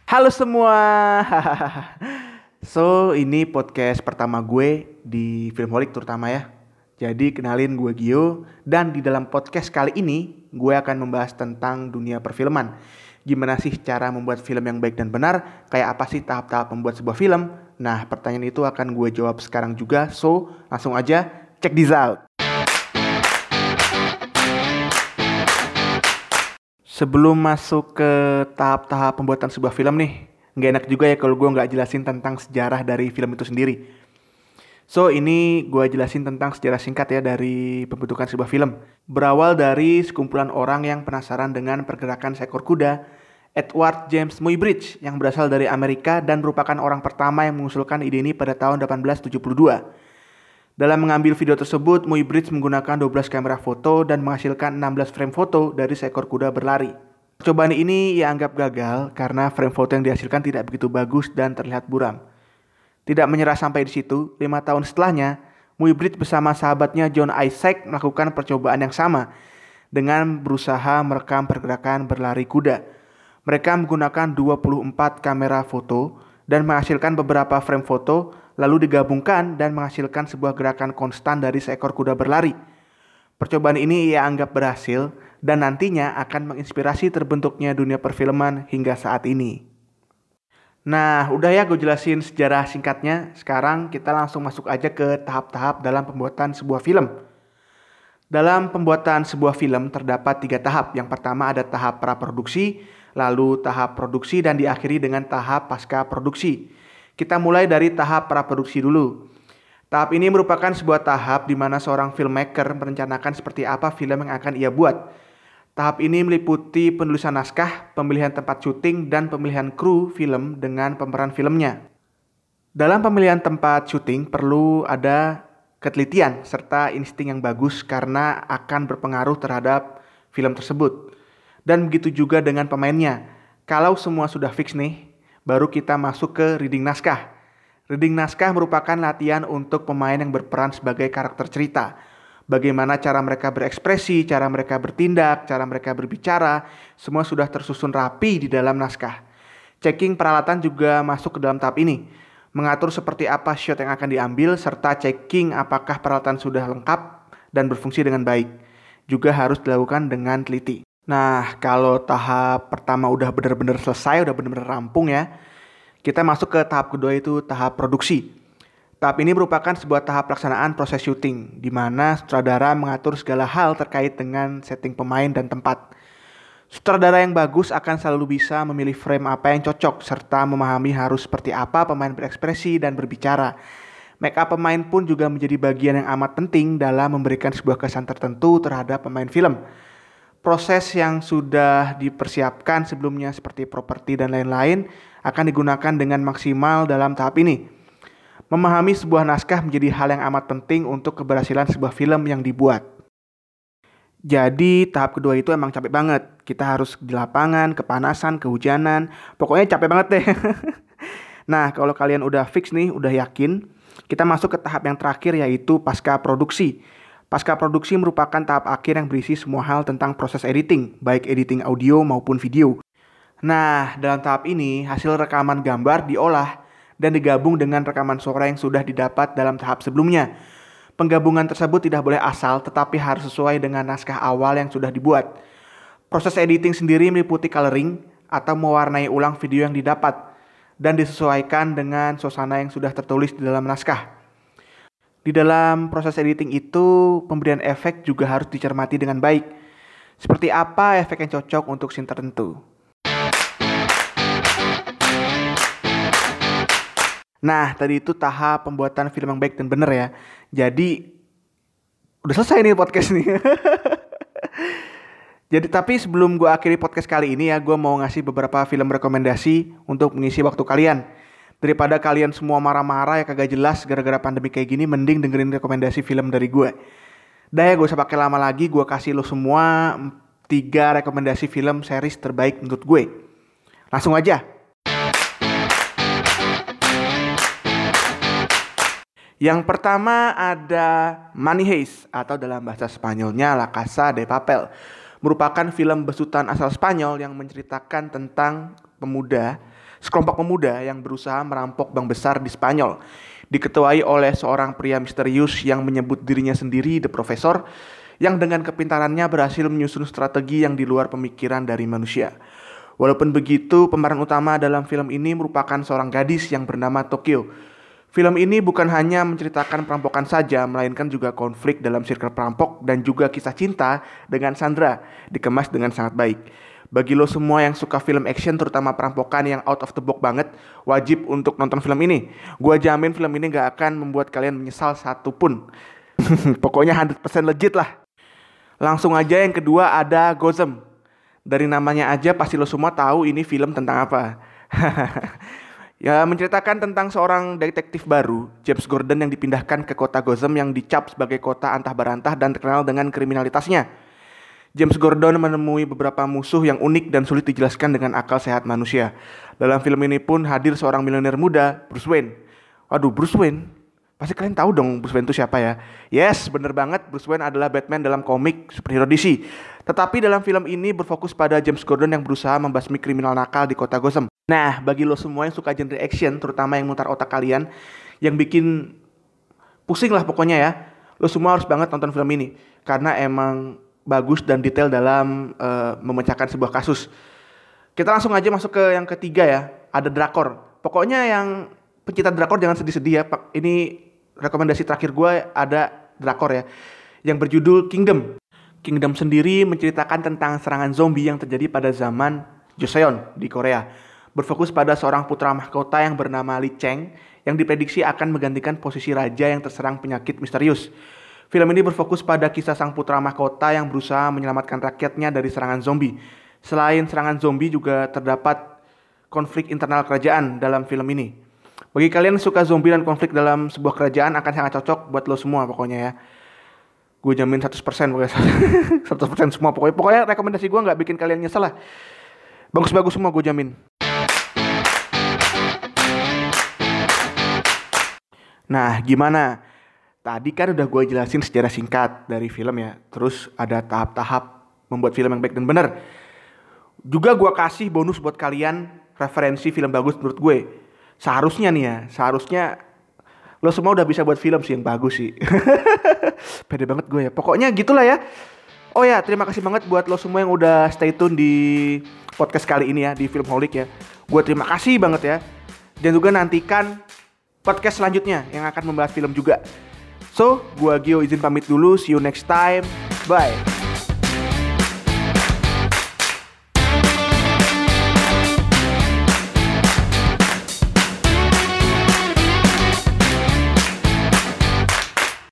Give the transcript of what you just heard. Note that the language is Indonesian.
Halo semua. So, ini podcast pertama gue di Filmholic terutama ya. Jadi kenalin gue Gio dan di dalam podcast kali ini gue akan membahas tentang dunia perfilman. Gimana sih cara membuat film yang baik dan benar? Kayak apa sih tahap-tahap membuat sebuah film? Nah, pertanyaan itu akan gue jawab sekarang juga. So, langsung aja check this out. Sebelum masuk ke tahap-tahap pembuatan sebuah film nih, nggak enak juga ya kalau gue nggak jelasin tentang sejarah dari film itu sendiri. So, ini gue jelasin tentang sejarah singkat ya dari pembentukan sebuah film. Berawal dari sekumpulan orang yang penasaran dengan pergerakan seekor kuda, Edward James Muybridge yang berasal dari Amerika dan merupakan orang pertama yang mengusulkan ide ini pada tahun 1872. Dalam mengambil video tersebut, Muybridge menggunakan 12 kamera foto dan menghasilkan 16 frame foto dari seekor kuda berlari. Percobaan ini ia anggap gagal karena frame foto yang dihasilkan tidak begitu bagus dan terlihat buram. Tidak menyerah sampai di situ, 5 tahun setelahnya, Muybridge bersama sahabatnya John Isaac melakukan percobaan yang sama dengan berusaha merekam pergerakan berlari kuda. Mereka menggunakan 24 kamera foto dan menghasilkan beberapa frame foto, lalu digabungkan dan menghasilkan sebuah gerakan konstan dari seekor kuda berlari. Percobaan ini ia anggap berhasil dan nantinya akan menginspirasi terbentuknya dunia perfilman hingga saat ini. Nah, udah ya gue jelasin sejarah singkatnya. Sekarang kita langsung masuk aja ke tahap-tahap dalam pembuatan sebuah film. Dalam pembuatan sebuah film terdapat 3 tahap. Yang pertama ada tahap praproduksi, lalu tahap produksi dan diakhiri dengan tahap pasca produksi. Kita mulai dari tahap praproduksi dulu. Tahap ini merupakan sebuah tahap di mana seorang filmmaker merencanakan seperti apa film yang akan ia buat. Tahap ini meliputi penulisan naskah, pemilihan tempat syuting, dan pemilihan kru film dengan pemeran filmnya. Dalam pemilihan tempat syuting perlu ada ketelitian serta insting yang bagus karena akan berpengaruh terhadap film tersebut. Dan begitu juga dengan pemainnya. Kalau semua sudah fix nih, baru kita masuk ke reading naskah. Reading naskah merupakan latihan untuk pemain yang berperan sebagai karakter cerita. Bagaimana cara mereka berekspresi, cara mereka bertindak, cara mereka berbicara, semua sudah tersusun rapi di dalam naskah. Checking peralatan juga masuk ke dalam tahap ini. Mengatur seperti apa shot yang akan diambil, serta checking apakah peralatan sudah lengkap dan berfungsi dengan baik. Juga harus dilakukan dengan teliti. Nah, kalau tahap pertama udah benar-benar selesai, udah benar-benar rampung ya, kita masuk ke tahap kedua itu tahap produksi. Tahap ini merupakan sebuah tahap pelaksanaan proses syuting, di mana sutradara mengatur segala hal terkait dengan setting pemain dan tempat. Sutradara yang bagus akan selalu bisa memilih frame apa yang cocok, serta memahami harus seperti apa pemain berekspresi dan berbicara. Make up pemain pun juga menjadi bagian yang amat penting dalam memberikan sebuah kesan tertentu terhadap pemain film. Proses yang sudah dipersiapkan sebelumnya seperti properti dan lain-lain akan digunakan dengan maksimal dalam tahap ini. Memahami sebuah naskah menjadi hal yang amat penting untuk keberhasilan sebuah film yang dibuat. Jadi tahap kedua itu emang capek banget. Kita harus di lapangan, kepanasan, kehujanan, pokoknya capek banget deh. Nah, kalau kalian udah fix nih, udah yakin, kita masuk ke tahap yang terakhir yaitu pasca produksi. Pasca produksi merupakan tahap akhir yang berisi semua hal tentang proses editing, baik editing audio maupun video. Nah, dalam tahap ini, hasil rekaman gambar diolah dan digabung dengan rekaman suara yang sudah didapat dalam tahap sebelumnya. Penggabungan tersebut tidak boleh asal, tetapi harus sesuai dengan naskah awal yang sudah dibuat. Proses editing sendiri meliputi coloring atau mewarnai ulang video yang didapat dan disesuaikan dengan suasana yang sudah tertulis di dalam naskah. Di dalam proses editing itu, pemberian efek juga harus dicermati dengan baik. Seperti apa efek yang cocok untuk scene tertentu. Nah, tadi itu tahap pembuatan film yang baik dan benar ya. Jadi, udah selesai nih podcast nih. Jadi, tapi sebelum gue akhiri podcast kali ini ya, gue mau ngasih beberapa film rekomendasi untuk mengisi waktu kalian. Daripada kalian semua marah-marah ya kagak jelas gara-gara pandemi kayak gini, mending dengerin rekomendasi film dari gue. Dah ya, gak usah pakai lama lagi, gue kasih lo semua 3 rekomendasi film series terbaik menurut gue. Langsung aja. Yang pertama ada Money Heist atau dalam bahasa Spanyolnya La Casa de Papel. Merupakan film besutan asal Spanyol yang menceritakan tentang pemuda sekelompok pemuda yang berusaha merampok bank besar di Spanyol, diketuai oleh seorang pria misterius yang menyebut dirinya sendiri The Professor, yang dengan kepintarannya berhasil menyusun strategi yang di luar pemikiran dari manusia. Walaupun begitu, pemeran utama dalam film ini merupakan seorang gadis yang bernama Tokyo. Film ini bukan hanya menceritakan perampokan saja, melainkan juga konflik dalam circle perampok dan juga kisah cinta dengan Sandra, dikemas dengan sangat baik. Bagi lo semua yang suka film action, terutama perampokan yang out of the box banget, wajib untuk nonton film ini. Gua jamin film ini gak akan membuat kalian menyesal satupun. Pokoknya 100% legit lah. Langsung aja yang kedua ada Gotham. Dari namanya aja pasti lo semua tahu ini film tentang apa. Ya, menceritakan tentang seorang detektif baru, James Gordon, yang dipindahkan ke kota Gotham yang dicap sebagai kota antah berantah dan terkenal dengan kriminalitasnya. James Gordon menemui beberapa musuh yang unik dan sulit dijelaskan dengan akal sehat manusia. Dalam film ini pun hadir seorang milioner muda, Bruce Wayne. Waduh, Bruce Wayne? Pasti kalian tahu dong Bruce Wayne itu siapa ya? Yes, bener banget, Bruce Wayne adalah Batman dalam komik superhero DC. Tetapi dalam film ini berfokus pada James Gordon yang berusaha membasmi kriminal nakal di kota Gotham. Nah, bagi lo semua yang suka genre action, terutama yang mutar otak kalian, yang bikin pusing lah pokoknya ya, lo semua harus banget nonton film ini. Karena emang bagus dan detail dalam memecahkan sebuah kasus. Kita langsung aja masuk ke yang ketiga ya. Ada drakor. Pokoknya yang pencinta drakor jangan sedih-sedih ya. Ini rekomendasi terakhir gue, ada drakor ya, yang berjudul Kingdom. Kingdom sendiri menceritakan tentang serangan zombie yang terjadi pada zaman Joseon di Korea. Berfokus pada seorang putra mahkota yang bernama Lee Cheng yang diprediksi akan menggantikan posisi raja yang terserang penyakit misterius. Film ini berfokus pada kisah sang putra mahkota yang berusaha menyelamatkan rakyatnya dari serangan zombie. Selain serangan zombie juga terdapat konflik internal kerajaan dalam film ini. Bagi kalian yang suka zombie dan konflik dalam sebuah kerajaan akan sangat cocok buat lo semua pokoknya ya. Gue jamin 100% pokoknya 100% semua pokoknya rekomendasi gue gak bikin kalian nyesel lah. Bagus-bagus semua gue jamin. Nah, gimana? Tadi kan udah gue jelasin secara singkat dari film ya. Terus ada tahap-tahap membuat film yang baik dan benar. Juga gue kasih bonus buat kalian referensi film bagus menurut gue. Seharusnya lo semua udah bisa buat film sih yang bagus sih. Pede banget gue ya. Pokoknya gitulah ya. Oh ya, terima kasih banget buat lo semua yang udah stay tune di podcast kali ini ya, di Filmholic ya. Gue terima kasih banget ya. Dan juga nantikan podcast selanjutnya yang akan membahas film juga. So, gua Gio izin pamit dulu. See you next time. Bye.